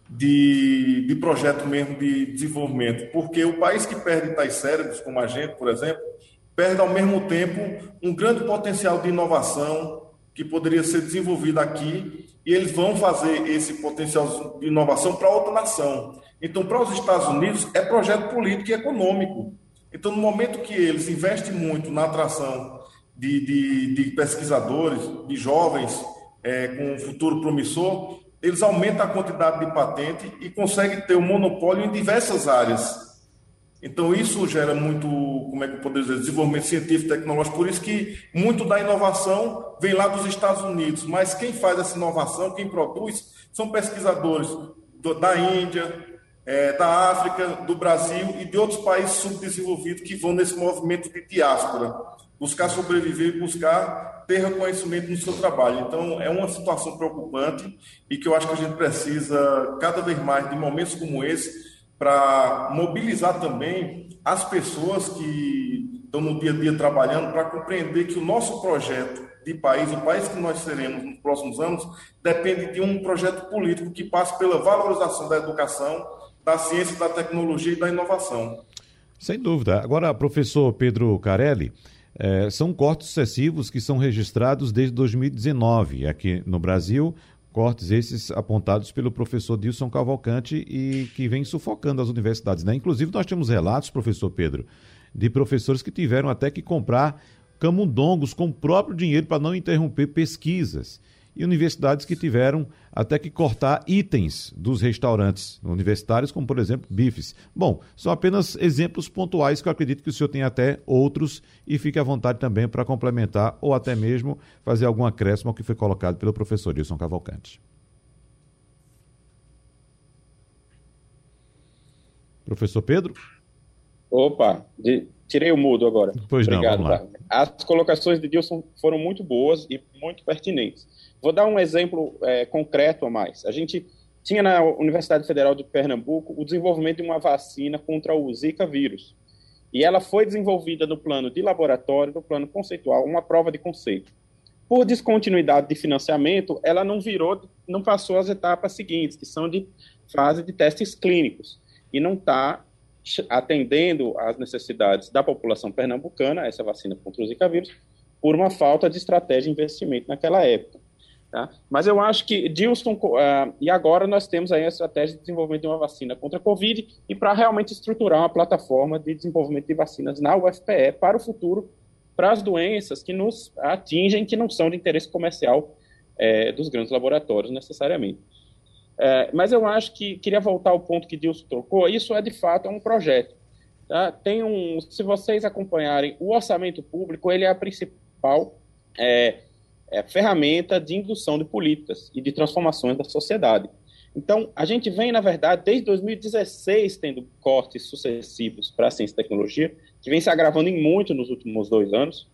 de, de projeto mesmo de desenvolvimento, porque o país que perde tais cérebros, como a gente, por exemplo, perde ao mesmo tempo um grande potencial de inovação que poderia ser desenvolvido aqui, e eles vão fazer esse potencial de inovação para outra nação. Então, para os Estados Unidos, é projeto político e econômico. Então, no momento que eles investem muito na atração de, de, de pesquisadores, de jovens é, com um futuro promissor, eles aumentam a quantidade de patente e conseguem ter um monopólio em diversas áreas. Então, isso gera muito, como é que eu poderia dizer, desenvolvimento científico e tecnológico. Por isso que muito da inovação vem lá dos Estados Unidos. Mas quem faz essa inovação, quem produz, são pesquisadores do, da Índia, é, da África, do Brasil e de outros países subdesenvolvidos que vão nesse movimento de diáspora, buscar sobreviver, buscar ter reconhecimento no seu trabalho. Então, é uma situação preocupante e que eu acho que a gente precisa, cada vez mais, de momentos como esse, para mobilizar também as pessoas que estão no dia a dia trabalhando para compreender que o nosso projeto de país, o país que nós seremos nos próximos anos, depende de um projeto político que passe pela valorização da educação, da ciência, da tecnologia e da inovação. Sem dúvida. Agora, professor Pedro Carelli, eh, são cortes sucessivos que são registrados desde dois mil e dezenove aqui no Brasil, Cortes esses apontados pelo professor Dilson Cavalcante e que vem sufocando as universidades, né? Inclusive, nós temos relatos, professor Pedro, de professores que tiveram até que comprar camundongos com o próprio dinheiro para não interromper pesquisas. E universidades que tiveram até que cortar itens dos restaurantes universitários, como, por exemplo, bifes. Bom, são apenas exemplos pontuais que eu acredito que o senhor tem até outros e fique à vontade também para complementar ou até mesmo fazer algum acréscimo ao que foi colocado pelo professor Dilson Cavalcante. Professor Pedro? Opa, de, tirei o mudo agora. Pois Obrigado, não, vamos lá. As colocações de Dilson foram muito boas e muito pertinentes. Vou dar um exemplo é, concreto a mais. A gente tinha na Universidade Federal de Pernambuco o desenvolvimento de uma vacina contra o Zika vírus. E ela foi desenvolvida no plano de laboratório, no plano conceitual, uma prova de conceito. Por descontinuidade de financiamento, ela não virou, não passou às etapas seguintes, que são de fase de testes clínicos. E não está atendendo às necessidades da população pernambucana, essa vacina contra o Zika vírus, por uma falta de estratégia de investimento naquela época. Tá? Mas eu acho que Dilson, uh, e agora nós temos aí a estratégia de desenvolvimento de uma vacina contra a Covid e para realmente estruturar uma plataforma de desenvolvimento de vacinas na U F P E para o futuro, para as doenças que nos atingem, que não são de interesse comercial é, dos grandes laboratórios necessariamente. É, mas eu acho que, queria voltar ao ponto que Dilson trocou, isso é de fato é um projeto. Tá? Tem um, se vocês acompanharem, o orçamento público, ele é a principal é, é, ferramenta de indução de políticas e de transformações da sociedade. Então, a gente vem, na verdade, desde dois mil e dezesseis, tendo cortes sucessivos para a ciência e tecnologia, que vem se agravando em muito nos últimos dois anos,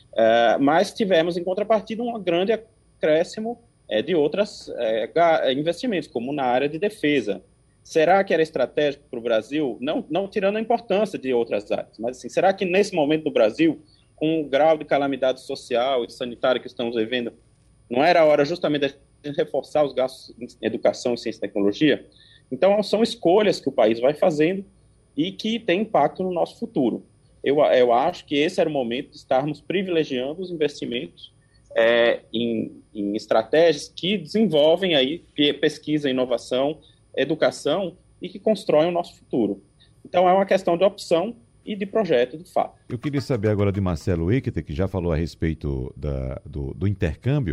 é, mas tivemos, em contrapartida, um grande acréscimo é, de outros é, investimentos, como na área de defesa. Será que era estratégico para o Brasil? Não, não tirando a importância de outras áreas, mas assim, será que nesse momento do Brasil, com o grau de calamidade social e sanitária que estamos vivendo, não era a hora justamente de reforçar os gastos em educação, ciência e tecnologia? Então, são escolhas que o país vai fazendo e que tem impacto no nosso futuro. Eu, eu acho que esse era o momento de estarmos privilegiando os investimentos é, em, em estratégias que desenvolvem aí pesquisa, inovação, educação e que constroem o nosso futuro. Então, é uma questão de opção e de projeto, de fato. Eu queria saber agora de Marcelo Wickter, que já falou a respeito da, do, do intercâmbio,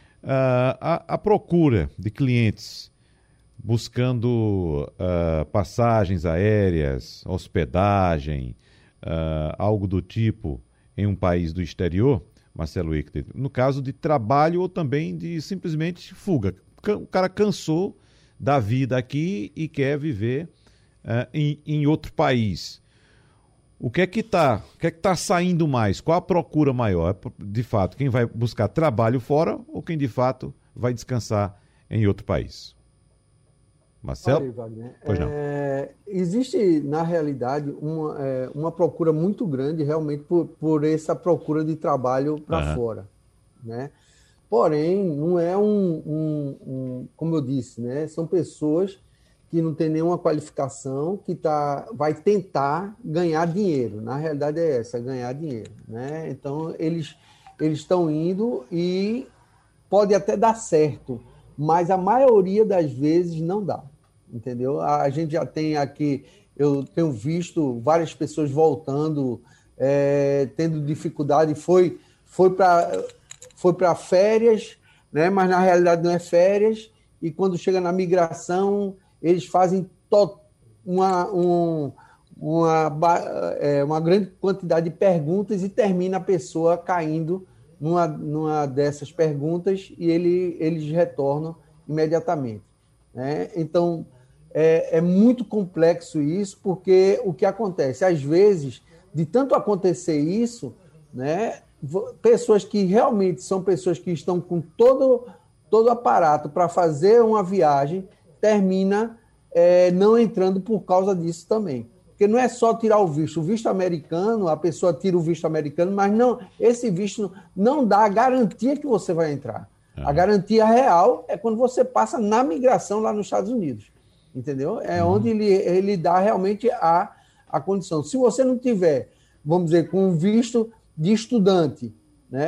uh, a, a procura de clientes buscando uh, passagens aéreas, hospedagem, uh, algo do tipo em um país do exterior, Marcelo Wickter, no caso de trabalho ou também de simplesmente fuga. O cara cansou da vida aqui e quer viver uh, em, em outro país. O que é que está o que é que tá saindo mais? Qual a procura maior? De fato, quem vai buscar trabalho fora ou quem de fato vai descansar em outro país? Marcelo? Olha, Wagner, pois não. É, existe, na realidade, uma, é, uma procura muito grande realmente por, por essa procura de trabalho para uhum. fora, né? Porém, não é um, um, um, como eu disse, né? São pessoas que não têm nenhuma qualificação, que tá, vai tentar ganhar dinheiro. Na realidade é essa, ganhar dinheiro, né? Então, eles eles estão indo e pode até dar certo, mas a maioria das vezes não dá, entendeu? A gente já tem aqui, eu tenho visto várias pessoas voltando, é, tendo dificuldade, foi, foi para... foi para férias, né? Mas na realidade não é férias, e quando chega na migração, eles fazem to- uma, um, uma, é, uma grande quantidade de perguntas e termina a pessoa caindo numa, numa dessas perguntas e ele, eles retornam imediatamente, né? Então, é, é muito complexo isso, porque o que acontece? Às vezes, de tanto acontecer isso, né? Pessoas que realmente são pessoas que estão com todo todo o aparato para fazer uma viagem, termina é, não entrando por causa disso também. Porque não é só tirar o visto. O visto americano, a pessoa tira o visto americano, mas não, esse visto não dá a garantia que você vai entrar. Uhum. A garantia real é quando você passa na migração lá nos Estados Unidos. Entendeu? É uhum. onde ele, ele dá realmente a, a condição. Se você não tiver, vamos dizer, com um visto de estudante, né?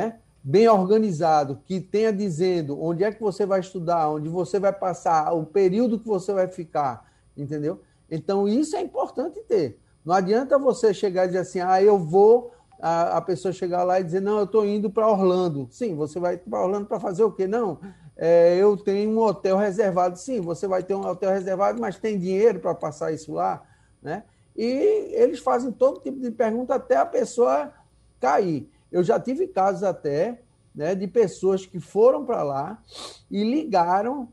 bem organizado, que tenha dizendo onde é que você vai estudar, onde você vai passar, o período que você vai ficar, entendeu? Então, isso é importante ter. Não adianta você chegar e dizer assim, ah, eu vou, a, a pessoa chegar lá e dizer, não, eu estou indo para Orlando. Sim, você vai para Orlando para fazer o quê? Não, é, eu tenho um hotel reservado. Sim, você vai ter um hotel reservado, mas tem dinheiro para passar isso lá, né? E eles fazem todo tipo de pergunta até a pessoa cair. Eu já tive casos até, né, de pessoas que foram para lá e ligaram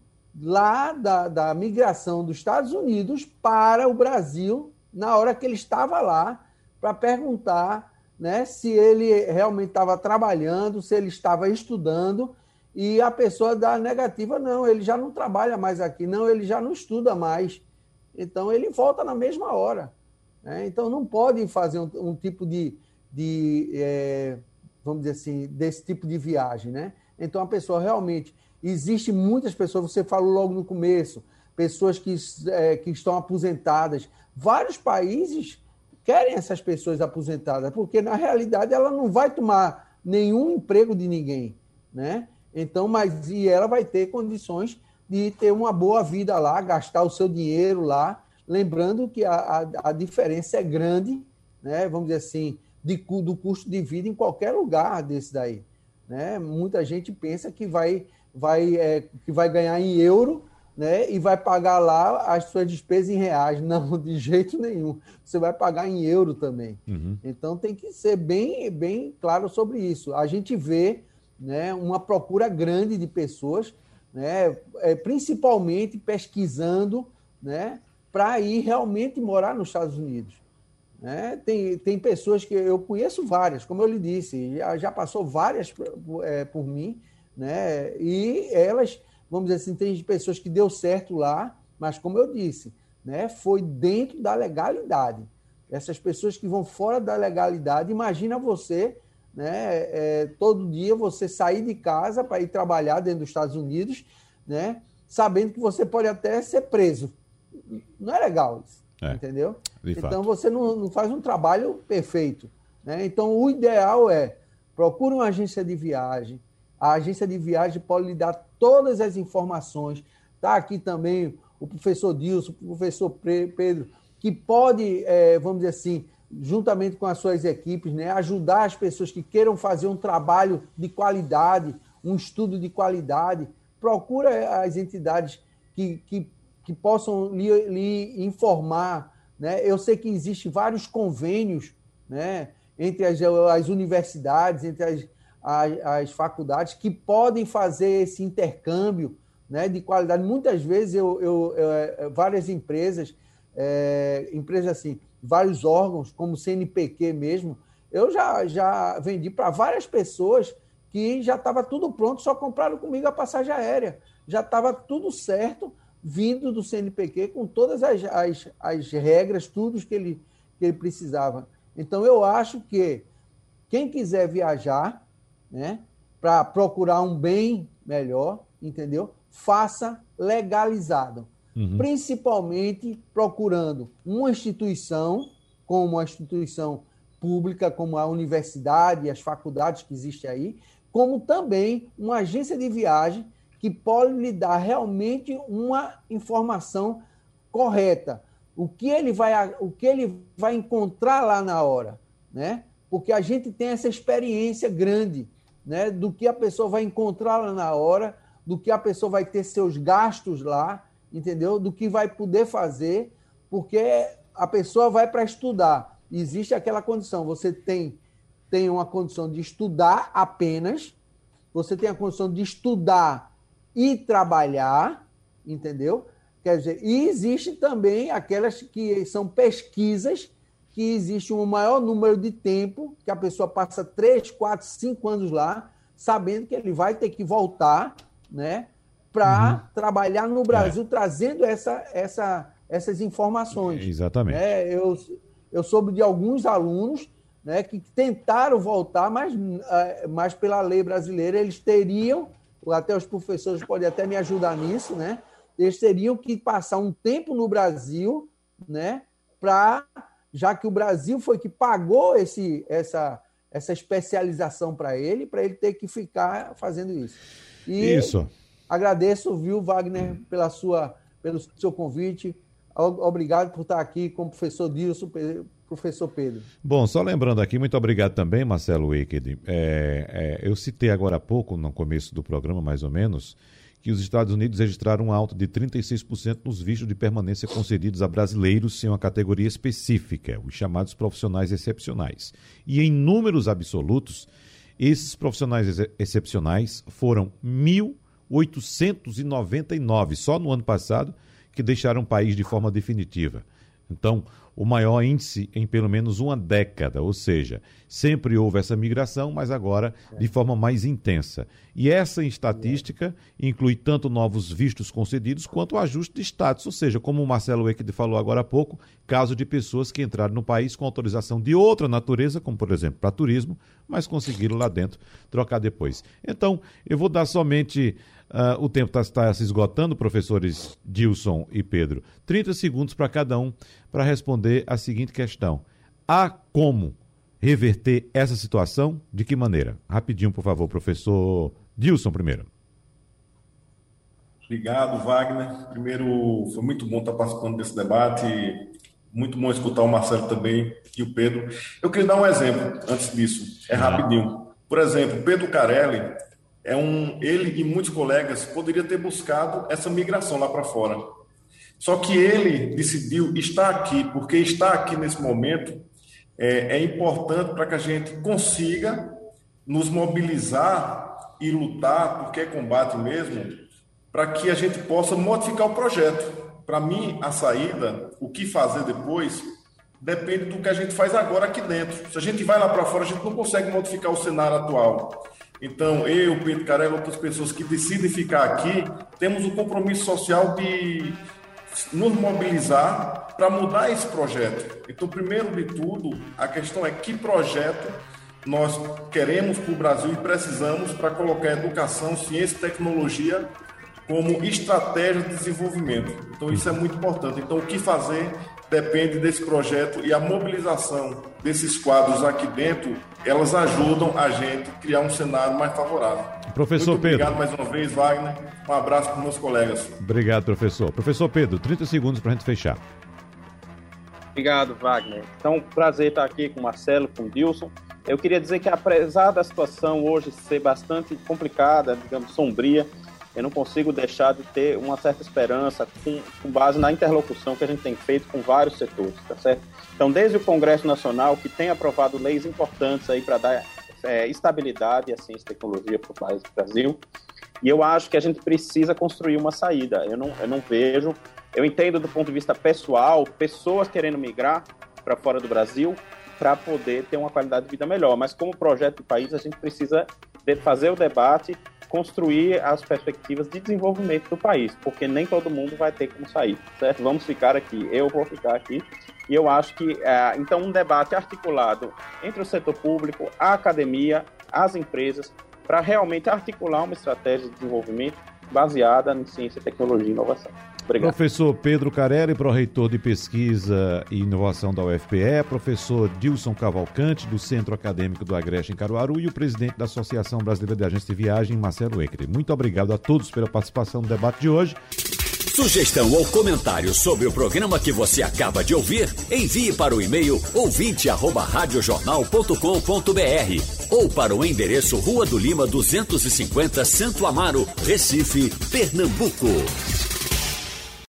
lá da, da migração dos Estados Unidos para o Brasil na hora que ele estava lá para perguntar, né, se ele realmente estava trabalhando, se ele estava estudando, e a pessoa dá negativa, não, ele já não trabalha mais aqui, não, ele já não estuda mais. Então, ele volta na mesma hora. Né? Então, não pode fazer um, um tipo de... de é, vamos dizer assim, desse tipo de viagem, né? Então, a pessoa realmente... Existem muitas pessoas, você falou logo no começo, pessoas que, é, que estão aposentadas. Vários países querem essas pessoas aposentadas, porque, na realidade, ela não vai tomar nenhum emprego de ninguém, né? Então, mas e ela vai ter condições de ter uma boa vida lá, gastar o seu dinheiro lá, lembrando que a, a, a diferença é grande, né? Vamos dizer assim, de, do custo de vida em qualquer lugar desse daí. Né? Muita gente pensa que vai, vai, é, que vai ganhar em euro, né? E vai pagar lá as suas despesas em reais. Não, de jeito nenhum. Você vai pagar em euro também. Uhum. Então tem que ser bem, bem claro sobre isso. A gente vê, né, uma procura grande de pessoas, né, é, principalmente pesquisando, né, para ir realmente morar nos Estados Unidos. Né? Tem, tem pessoas que eu conheço várias, como eu lhe disse, já, já passou várias é, por mim, né? E elas, vamos dizer assim, tem pessoas que deu certo lá, mas como eu disse, né, foi dentro da legalidade. Essas pessoas que vão fora da legalidade, imagina você, né, é, todo dia você sair de casa para ir trabalhar dentro dos Estados Unidos, né, sabendo que você pode até ser preso. Não é legal isso. É, entendeu? Então, você não, não faz um trabalho perfeito. Né? Então, o ideal é procure uma agência de viagem. A agência de viagem pode lhe dar todas as informações. Está aqui também o professor Dilson, o professor Pedro, que pode, é, vamos dizer assim, juntamente com as suas equipes, né, ajudar as pessoas que queiram fazer um trabalho de qualidade, um estudo de qualidade. Procura as entidades que... que que possam lhe, lhe informar. Né? Eu sei que existem vários convênios, né, entre as, as universidades, entre as, as, as faculdades, que podem fazer esse intercâmbio, né, de qualidade. Muitas vezes, eu, eu, eu, várias empresas, é, empresas assim, vários órgãos, como o C N P Q mesmo, eu já, já vendi para várias pessoas que já estava tudo pronto, só compraram comigo a passagem aérea. Já estava tudo certo, vindo do C N P Q com todas as, as, as regras, tudo que ele, que ele precisava. Então, eu acho que quem quiser viajar, né, para procurar um bem melhor, entendeu? Faça legalizado. Uhum. Principalmente procurando uma instituição, como a instituição pública, como a universidade e as faculdades que existem aí, como também uma agência de viagem que pode lhe dar realmente uma informação correta. O que ele vai, o que ele vai encontrar lá na hora, né? Porque a gente tem essa experiência grande, né, do que a pessoa vai encontrar lá na hora, do que a pessoa vai ter seus gastos lá, entendeu? Do que vai poder fazer, porque a pessoa vai para estudar. Existe aquela condição, você tem, tem uma condição de estudar apenas, você tem a condição de estudar e trabalhar, entendeu? Quer dizer, e existe também aquelas que são pesquisas, que existe um maior número de tempo, que a pessoa passa três, quatro, cinco anos lá, sabendo que ele vai ter que voltar, né, para uhum. trabalhar no Brasil, é. trazendo essa, essa, essas informações. Exatamente. Né? Eu, eu soube de alguns alunos, né, que tentaram voltar, mas, mas pela lei brasileira eles teriam, até os professores podem até me ajudar nisso, né? Eles teriam que passar um tempo no Brasil, né? Para, já que o Brasil foi que pagou esse, essa, essa especialização para ele, para ele ter que ficar fazendo isso. E isso. Agradeço, viu, Wagner, pela sua, pelo seu convite. Obrigado por estar aqui com o professor Dilson, professor Pedro. Bom, só lembrando aqui, muito obrigado também, Marcelo Wicked. É, é, eu citei agora há pouco, no começo do programa, mais ou menos, que os Estados Unidos registraram um alto de trinta e seis por cento nos vistos de permanência concedidos a brasileiros em uma categoria específica, os chamados profissionais excepcionais. E em números absolutos, esses profissionais ex- excepcionais foram mil oitocentos e noventa e nove, só no ano passado, que deixaram o país de forma definitiva. Então, o maior índice em pelo menos uma década, ou seja, sempre houve essa migração, mas agora de forma mais intensa. E essa estatística inclui tanto novos vistos concedidos quanto o ajuste de status, ou seja, como o Marcelo Wicked falou agora há pouco, caso de pessoas que entraram no país com autorização de outra natureza, como por exemplo para turismo, mas conseguiram lá dentro trocar depois. Então, eu vou dar somente... Uh, o tempo está tá se esgotando, professores Dilson e Pedro. trinta segundos para cada um para responder a seguinte questão. Há como reverter essa situação? De que maneira? Rapidinho, por favor, professor Dilson primeiro. Obrigado, Wagner. Primeiro, foi muito bom estar participando desse debate. Muito bom escutar o Marcelo também e o Pedro. Eu queria dar um exemplo antes disso. É rapidinho. Por exemplo, Pedro Carelli... É um, ele e muitos colegas poderiam ter buscado essa migração lá para fora. Só que ele decidiu estar aqui, porque estar aqui nesse momento é, é importante para que a gente consiga nos mobilizar e lutar, porque é combate mesmo, para que a gente possa modificar o projeto. Para mim, a saída, o que fazer depois, depende do que a gente faz agora aqui dentro. Se a gente vai lá para fora, a gente não consegue modificar o cenário atual. Então, eu, Pedro Carelli, outras pessoas que decidem ficar aqui, temos o compromisso social de nos mobilizar para mudar esse projeto. Então, primeiro de tudo, a questão é que projeto nós queremos para o Brasil e precisamos para colocar a educação, ciência e tecnologia como estratégia de desenvolvimento. Então, isso é muito importante. Então, o que fazer depende desse projeto e a mobilização desses quadros aqui dentro, elas ajudam a gente a criar um cenário mais favorável. Professor Muito Pedro. Obrigado mais uma vez, Wagner. Um abraço para os meus colegas. Obrigado, professor. Professor Pedro, trinta segundos para a gente fechar. Obrigado, Wagner. Então, prazer estar aqui com o Marcelo, com o Dilson. Eu queria dizer que, apesar da situação hoje ser bastante complicada, digamos, sombria, eu não consigo deixar de ter uma certa esperança com, com base na interlocução que a gente tem feito com vários setores, tá certo? Então, desde o Congresso Nacional, que tem aprovado leis importantes aí para dar é, estabilidade à ciência e tecnologia para o país do Brasil, e eu acho que a gente precisa construir uma saída. Eu não, eu não vejo, eu entendo do ponto de vista pessoal, pessoas querendo migrar para fora do Brasil para poder ter uma qualidade de vida melhor, mas como projeto do país, a gente precisa de fazer o debate, construir as perspectivas de desenvolvimento do país, porque nem todo mundo vai ter como sair, certo? Vamos ficar aqui, eu vou ficar aqui, e eu acho que, é, então, um debate articulado entre o setor público, a academia, as empresas, para realmente articular uma estratégia de desenvolvimento baseada em ciência, tecnologia e inovação. Obrigado. Professor Pedro Carelli, pró-reitor de Pesquisa e Inovação da U F P E, professor Dilson Cavalcante, do Centro Acadêmico do Agreste em Caruaru, e o presidente da Associação Brasileira de Agências de Viagem, Marcelo Wicked. Muito obrigado a todos pela participação no debate de hoje. Sugestão ou comentário sobre o programa que você acaba de ouvir, envie para o e-mail ouvinte arroba radiojornal ponto com ponto br ou para o endereço Rua do Lima duzentos e cinquenta, Santo Amaro, Recife, Pernambuco.